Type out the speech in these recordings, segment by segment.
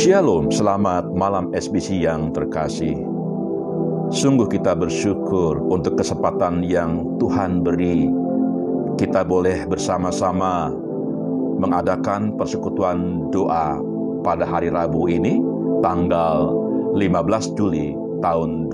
Shalom, selamat malam SBC yang terkasih. Sungguh kita bersyukur untuk kesempatan yang Tuhan beri. Kita boleh bersama-sama mengadakan persekutuan doa pada hari Rabu ini, tanggal 15 Juli tahun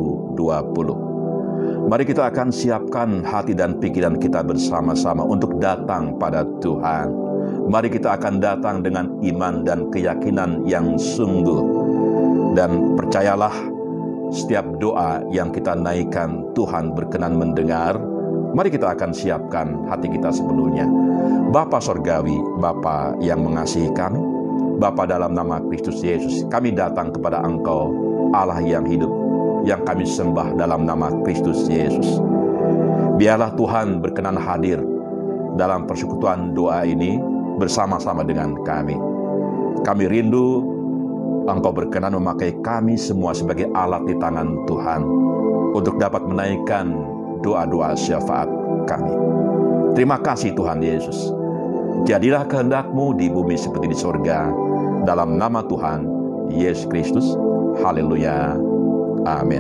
2020. Mari kita akan siapkan hati dan pikiran kita bersama-sama untuk datang pada Tuhan. Mari kita akan datang dengan iman dan keyakinan yang sungguh. Dan percayalah, setiap doa yang kita naikkan Tuhan berkenan mendengar. Mari kita akan siapkan hati kita sebelumnya. Bapa Sorgawi, Bapa yang mengasihi kami, Bapa dalam nama Kristus Yesus, kami datang kepada Engkau, Allah yang hidup, yang kami sembah dalam nama Kristus Yesus. Biarlah Tuhan berkenan hadir dalam persekutuan doa ini bersama-sama dengan kami. Kami rindu Engkau berkenan memakai kami semua sebagai alat di tangan Tuhan untuk dapat menaikkan doa-doa syafaat kami. Terima kasih Tuhan Yesus. Jadilah kehendak-Mu di bumi seperti di sorga. Dalam nama Tuhan Yesus Kristus. Haleluya. Amin.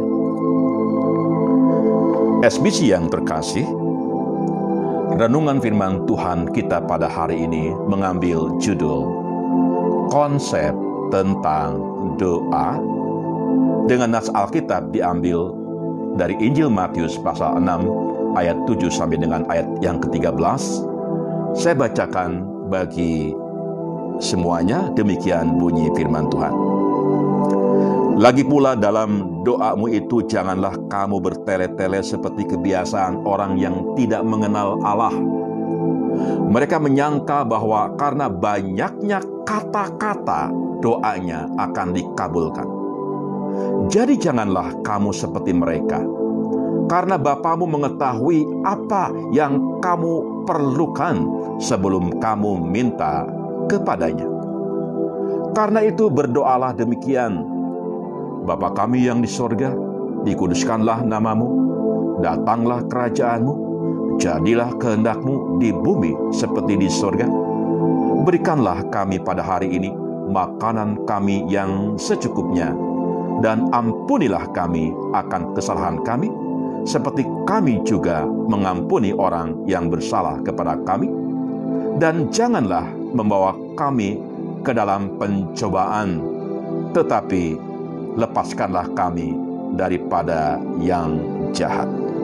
SBC yang terkasih, renungan firman Tuhan kita pada hari ini mengambil judul konsep tentang doa, dengan nas Alkitab diambil dari Injil Matius pasal 6 ayat 7 sampai dengan ayat yang ke-13. Saya bacakan bagi semuanya, demikian bunyi firman Tuhan. Lagi pula dalam doamu itu janganlah kamu bertele-tele seperti kebiasaan orang yang tidak mengenal Allah. Mereka menyangka bahwa karena banyaknya kata-kata doanya akan dikabulkan. Jadi janganlah kamu seperti mereka, karena Bapamu mengetahui apa yang kamu perlukan sebelum kamu minta kepadanya. Karena itu berdoalah demikian: Bapa kami yang di sorga, dikuduskanlah namamu, datanglah kerajaanmu, jadilah kehendak-Mu di bumi seperti di sorga. Berikanlah kami pada hari ini makanan kami yang secukupnya, dan ampunilah kami akan kesalahan kami, seperti kami juga mengampuni orang yang bersalah kepada kami. Dan janganlah membawa kami ke dalam pencobaan, tetapi lepaskanlah kami daripada yang jahat.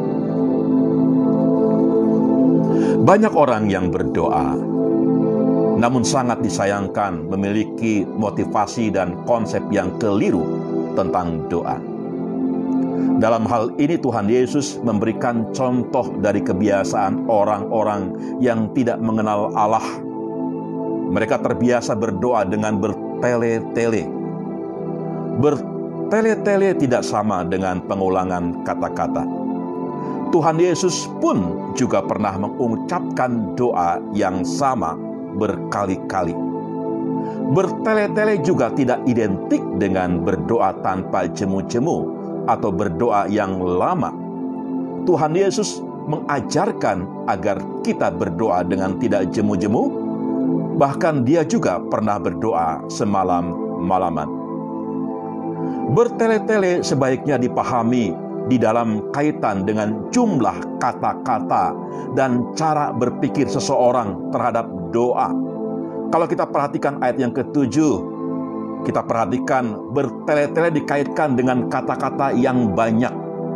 Banyak orang yang berdoa, namun sangat disayangkan memiliki motivasi dan konsep yang keliru tentang doa. Dalam hal ini Tuhan Yesus memberikan contoh dari kebiasaan orang-orang yang tidak mengenal Allah. Mereka terbiasa berdoa dengan bertele-tele. Bertele-tele tidak sama dengan pengulangan kata-kata. Tuhan Yesus pun juga pernah mengucapkan doa yang sama berkali-kali. Bertele-tele juga tidak identik dengan berdoa tanpa jemu-jemu atau berdoa yang lama. Tuhan Yesus mengajarkan agar kita berdoa dengan tidak jemu-jemu. Bahkan Dia juga pernah berdoa semalam-malaman. Bertele-tele sebaiknya dipahami di dalam kaitan dengan jumlah kata-kata dan cara berpikir seseorang terhadap doa. Kalau kita perhatikan ayat yang ke-7, kita perhatikan bertele-tele dikaitkan dengan kata-kata yang banyak.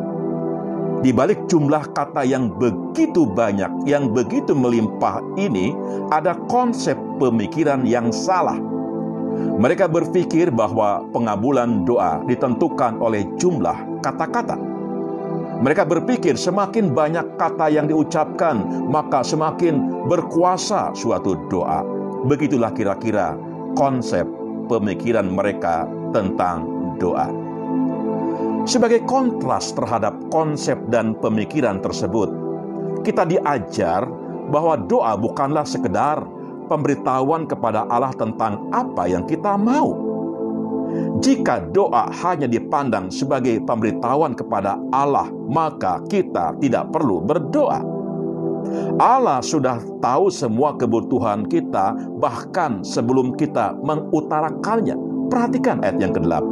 Di balik jumlah kata yang begitu banyak, yang begitu melimpah ini, ada konsep pemikiran yang salah. Mereka berpikir bahwa pengabulan doa ditentukan oleh jumlah kata-kata. Mereka berpikir semakin banyak kata yang diucapkan, maka semakin berkuasa suatu doa. Begitulah kira-kira konsep pemikiran mereka tentang doa. Sebagai kontras terhadap konsep dan pemikiran tersebut, kita diajar bahwa doa bukanlah sekedar pemberitahuan kepada Allah tentang apa yang kita mau. Jika doa hanya dipandang sebagai pemberitahuan kepada Allah, maka kita tidak perlu berdoa. Allah sudah tahu semua kebutuhan kita bahkan sebelum kita mengutarakannya. Perhatikan ayat yang ke-8.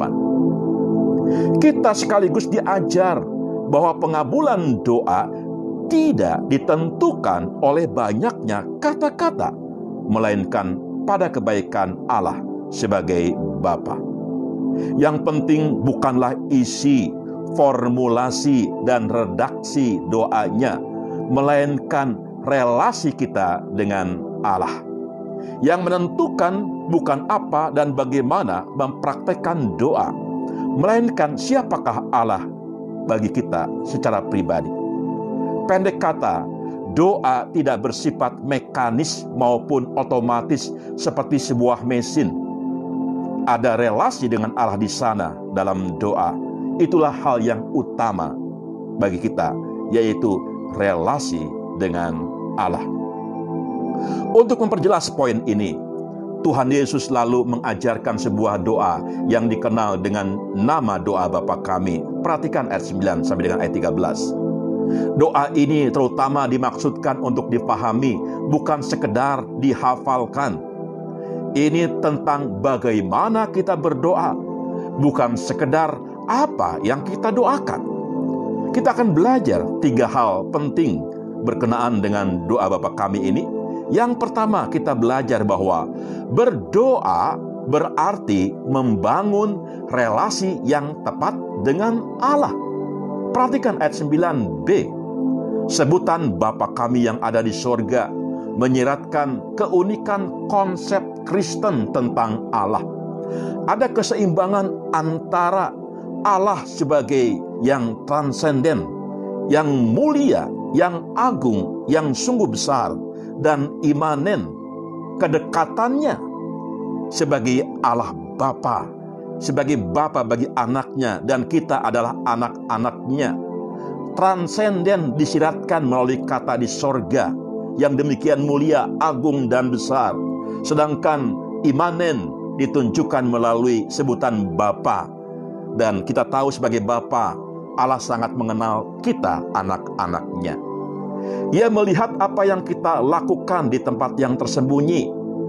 Kita sekaligus diajar bahwa pengabulan doa tidak ditentukan oleh banyaknya kata-kata, melainkan pada kebaikan Allah sebagai Bapa. Yang penting bukanlah isi, formulasi, dan redaksi doanya, melainkan relasi kita dengan Allah. Yang menentukan bukan apa dan bagaimana mempraktekkan doa, melainkan siapakah Allah bagi kita secara pribadi. Pendek kata, doa tidak bersifat mekanis maupun otomatis seperti sebuah mesin. Ada relasi dengan Allah di sana dalam doa. Itulah hal yang utama bagi kita, yaitu relasi dengan Allah. Untuk memperjelas poin ini, Tuhan Yesus lalu mengajarkan sebuah doa yang dikenal dengan nama doa Bapa kami. Perhatikan ayat 9 sampai dengan ayat 13. Doa ini terutama dimaksudkan untuk dipahami, bukan sekedar dihafalkan. Ini tentang bagaimana kita berdoa, bukan sekedar apa yang kita doakan. Kita akan belajar 3 hal penting berkenaan dengan doa Bapa kami ini. Yang pertama, kita belajar bahwa berdoa berarti membangun relasi yang tepat dengan Allah. Perhatikan ayat 9b. Sebutan Bapa kami yang ada di sorga menyiratkan keunikan konsep Kristen tentang Allah. Ada keseimbangan antara Allah sebagai yang transenden, yang mulia, yang agung, yang sungguh besar, dan imanen, kedekatannya sebagai Allah Bapa, sebagai Bapa bagi anaknya, dan kita adalah anak-anaknya. Transenden disiratkan melalui kata di sorga, yang demikian mulia, agung, dan besar. Sedangkan imanen ditunjukkan melalui sebutan Bapa. Dan kita tahu sebagai Bapa, Allah sangat mengenal kita anak-anaknya. Ia melihat apa yang kita lakukan di tempat yang tersembunyi.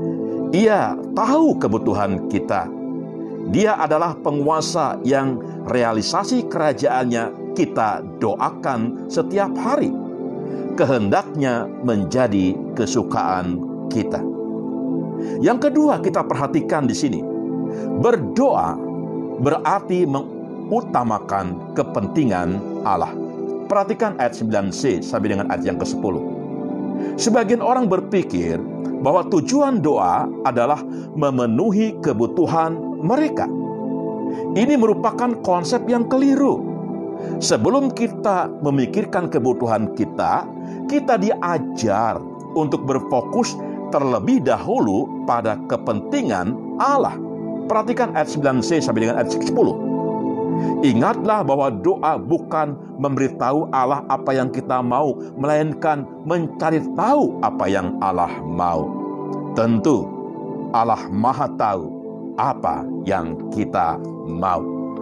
Ia tahu kebutuhan kita. Dia adalah penguasa yang realisasi kerajaannya kita doakan setiap hari. Kehendaknya menjadi kesukaan kita. Yang kedua, kita perhatikan di sini. Berdoa berarti mengutamakan kepentingan Allah. Perhatikan ayat 9c sampai dengan ayat yang ke-10. Sebagian orang berpikir bahwa tujuan doa adalah memenuhi kebutuhan mereka. Ini merupakan konsep yang keliru. Sebelum kita memikirkan kebutuhan kita diajar untuk berfokus terlebih dahulu pada kepentingan Allah. Perhatikan ayat 9c sampai dengan ayat 10. Ingatlah bahwa doa bukan memberitahu Allah apa yang kita mau, melainkan mencari tahu apa yang Allah mau. Tentu Allah Maha tahu apa yang kita mau.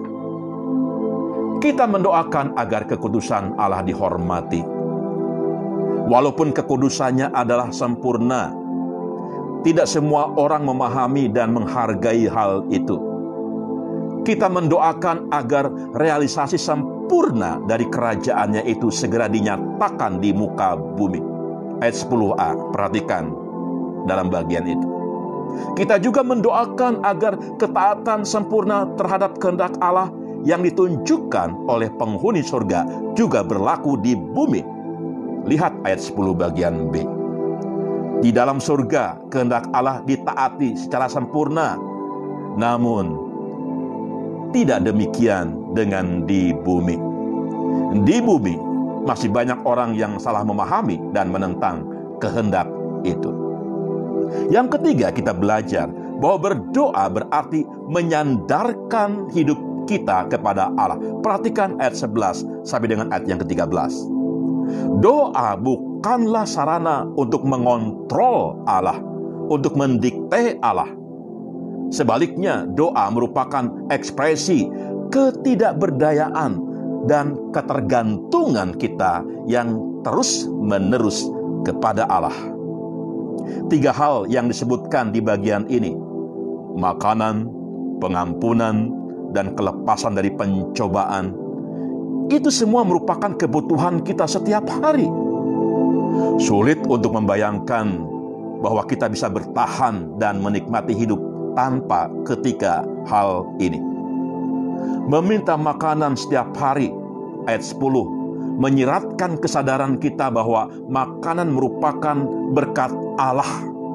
Kita mendoakan agar kekudusan Allah dihormati. Walaupun kekudusannya adalah sempurna, tidak semua orang memahami dan menghargai hal itu. Kita mendoakan agar realisasi sempurna dari kerajaannya itu segera dinyatakan di muka bumi. Ayat 10a, perhatikan dalam bagian itu. Kita juga mendoakan agar ketaatan sempurna terhadap kehendak Allah yang ditunjukkan oleh penghuni surga juga berlaku di bumi. Lihat ayat 10 bagian B. Di dalam surga kehendak Allah ditaati secara sempurna. Namun tidak demikian dengan di bumi. Di bumi masih banyak orang yang salah memahami dan menentang kehendak itu. Yang ketiga, kita belajar bahwa berdoa berarti menyandarkan hidup kita kepada Allah. Perhatikan ayat 11 sampai dengan ayat yang ke-13. Doa bukanlah sarana untuk mengontrol Allah, untuk mendikte Allah. Sebaliknya, doa merupakan ekspresi ketidakberdayaan dan ketergantungan kita yang terus-menerus kepada Allah. 3 hal yang disebutkan di bagian ini: makanan, pengampunan, dan kelepasan dari pencobaan. Itu semua merupakan kebutuhan kita setiap hari. Sulit untuk membayangkan bahwa kita bisa bertahan dan menikmati hidup tanpa ketiga hal ini. Meminta makanan setiap hari, ayat 10, menyiratkan kesadaran kita bahwa makanan merupakan berkat Allah.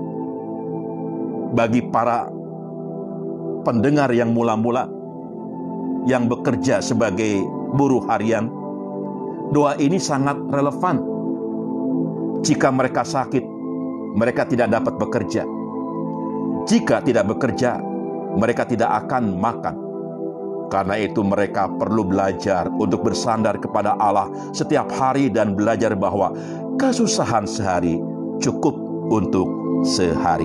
Bagi para pendengar yang mula-mula, yang bekerja sebagai buruh harian, doa ini sangat relevan. Jika mereka sakit, mereka tidak dapat bekerja. Jika tidak bekerja, mereka tidak akan makan. Karena itu mereka perlu belajar untuk bersandar kepada Allah setiap hari dan belajar bahwa kesusahan sehari cukup untuk sehari.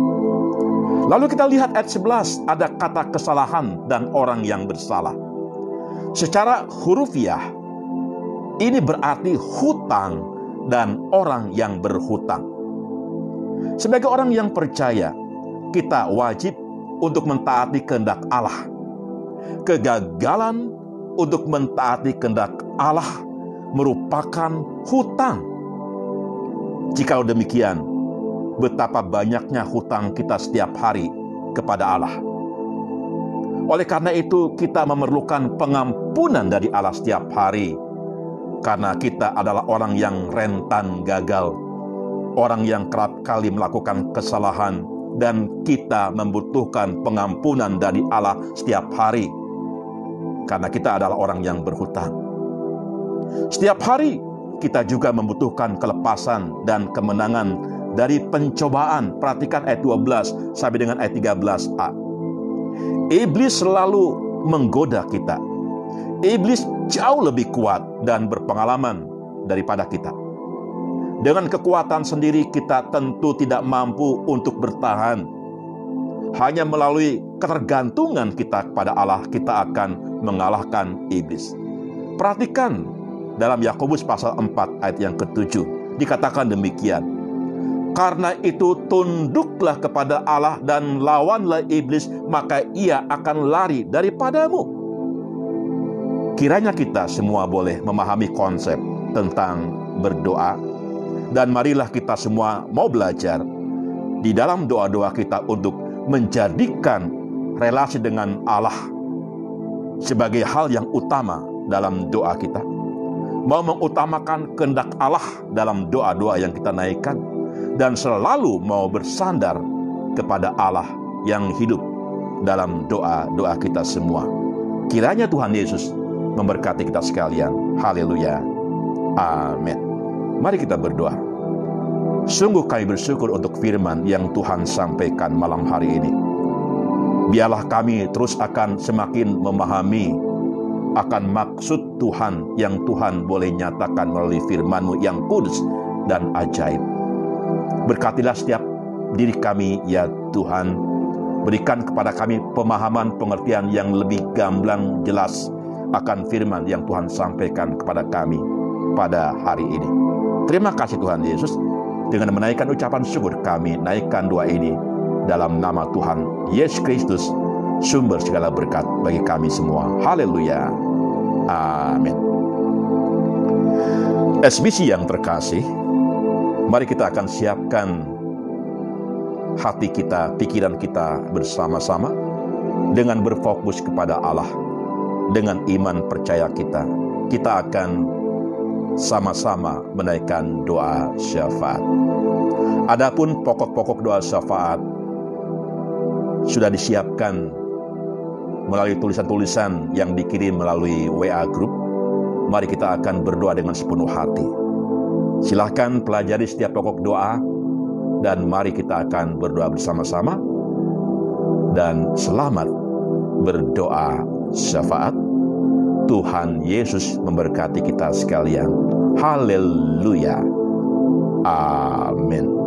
Lalu kita lihat ayat 11, ada kata kesalahan dan orang yang bersalah. Secara hurufiah, ini berarti hutang dan orang yang berhutang. Sebagai orang yang percaya, kita wajib untuk mentaati kehendak Allah. Kegagalan untuk mentaati kehendak Allah merupakan hutang. Jika demikian, betapa banyaknya hutang kita setiap hari kepada Allah. Oleh karena itu, kita memerlukan pengampunan dari Allah setiap hari. Karena kita adalah orang yang rentan gagal, orang yang kerap kali melakukan kesalahan, dan kita membutuhkan pengampunan dari Allah setiap hari. Karena kita adalah orang yang berhutang. Setiap hari kita juga membutuhkan kelepasan dan kemenangan dari pencobaan. Perhatikan ayat 12 sampai dengan ayat 13a. Iblis selalu menggoda kita. Iblis jauh lebih kuat dan berpengalaman daripada kita. Dengan kekuatan sendiri kita tentu tidak mampu untuk bertahan. Hanya melalui ketergantungan kita kepada Allah kita akan mengalahkan iblis. Perhatikan dalam Yakobus pasal 4 ayat yang ke-7 dikatakan demikian. Karena itu tunduklah kepada Allah dan lawanlah iblis, maka ia akan lari daripadamu. Kiranya kita semua boleh memahami konsep tentang berdoa, dan marilah kita semua mau belajar di dalam doa-doa kita untuk menjadikan relasi dengan Allah sebagai hal yang utama dalam doa kita. Mau mengutamakan kehendak Allah dalam doa-doa yang kita naikkan, dan selalu mau bersandar kepada Allah yang hidup dalam doa-doa kita semua. Kiranya Tuhan Yesus memberkati kita sekalian. Haleluya. Amin. Mari kita berdoa. Sungguh kami bersyukur untuk firman yang Tuhan sampaikan malam hari ini. Biarlah kami terus akan semakin memahami akan maksud Tuhan yang Tuhan boleh nyatakan melalui firman-Mu yang kudus dan ajaib. Berkatilah setiap diri kami ya Tuhan. Berikan kepada kami pemahaman pengertian yang lebih gamblang jelas akan firman yang Tuhan sampaikan kepada kami pada hari ini. Terima kasih Tuhan Yesus. Dengan menaikkan ucapan syukur kami naikkan doa ini dalam nama Tuhan Yesus Kristus, sumber segala berkat bagi kami semua. Haleluya. Amin. SBC yang terkasih, mari kita akan siapkan hati kita, pikiran kita bersama-sama dengan berfokus kepada Allah. Dengan iman percaya kita akan sama-sama menaikkan doa syafaat. Adapun pokok-pokok doa syafaat sudah disiapkan melalui tulisan-tulisan yang dikirim melalui WA Group. Mari kita akan berdoa dengan sepenuh hati. Silahkan pelajari setiap pokok doa, dan mari kita akan berdoa bersama-sama. Dan selamat berdoa syafaat. Tuhan Yesus memberkati kita sekalian. Haleluya. Amin.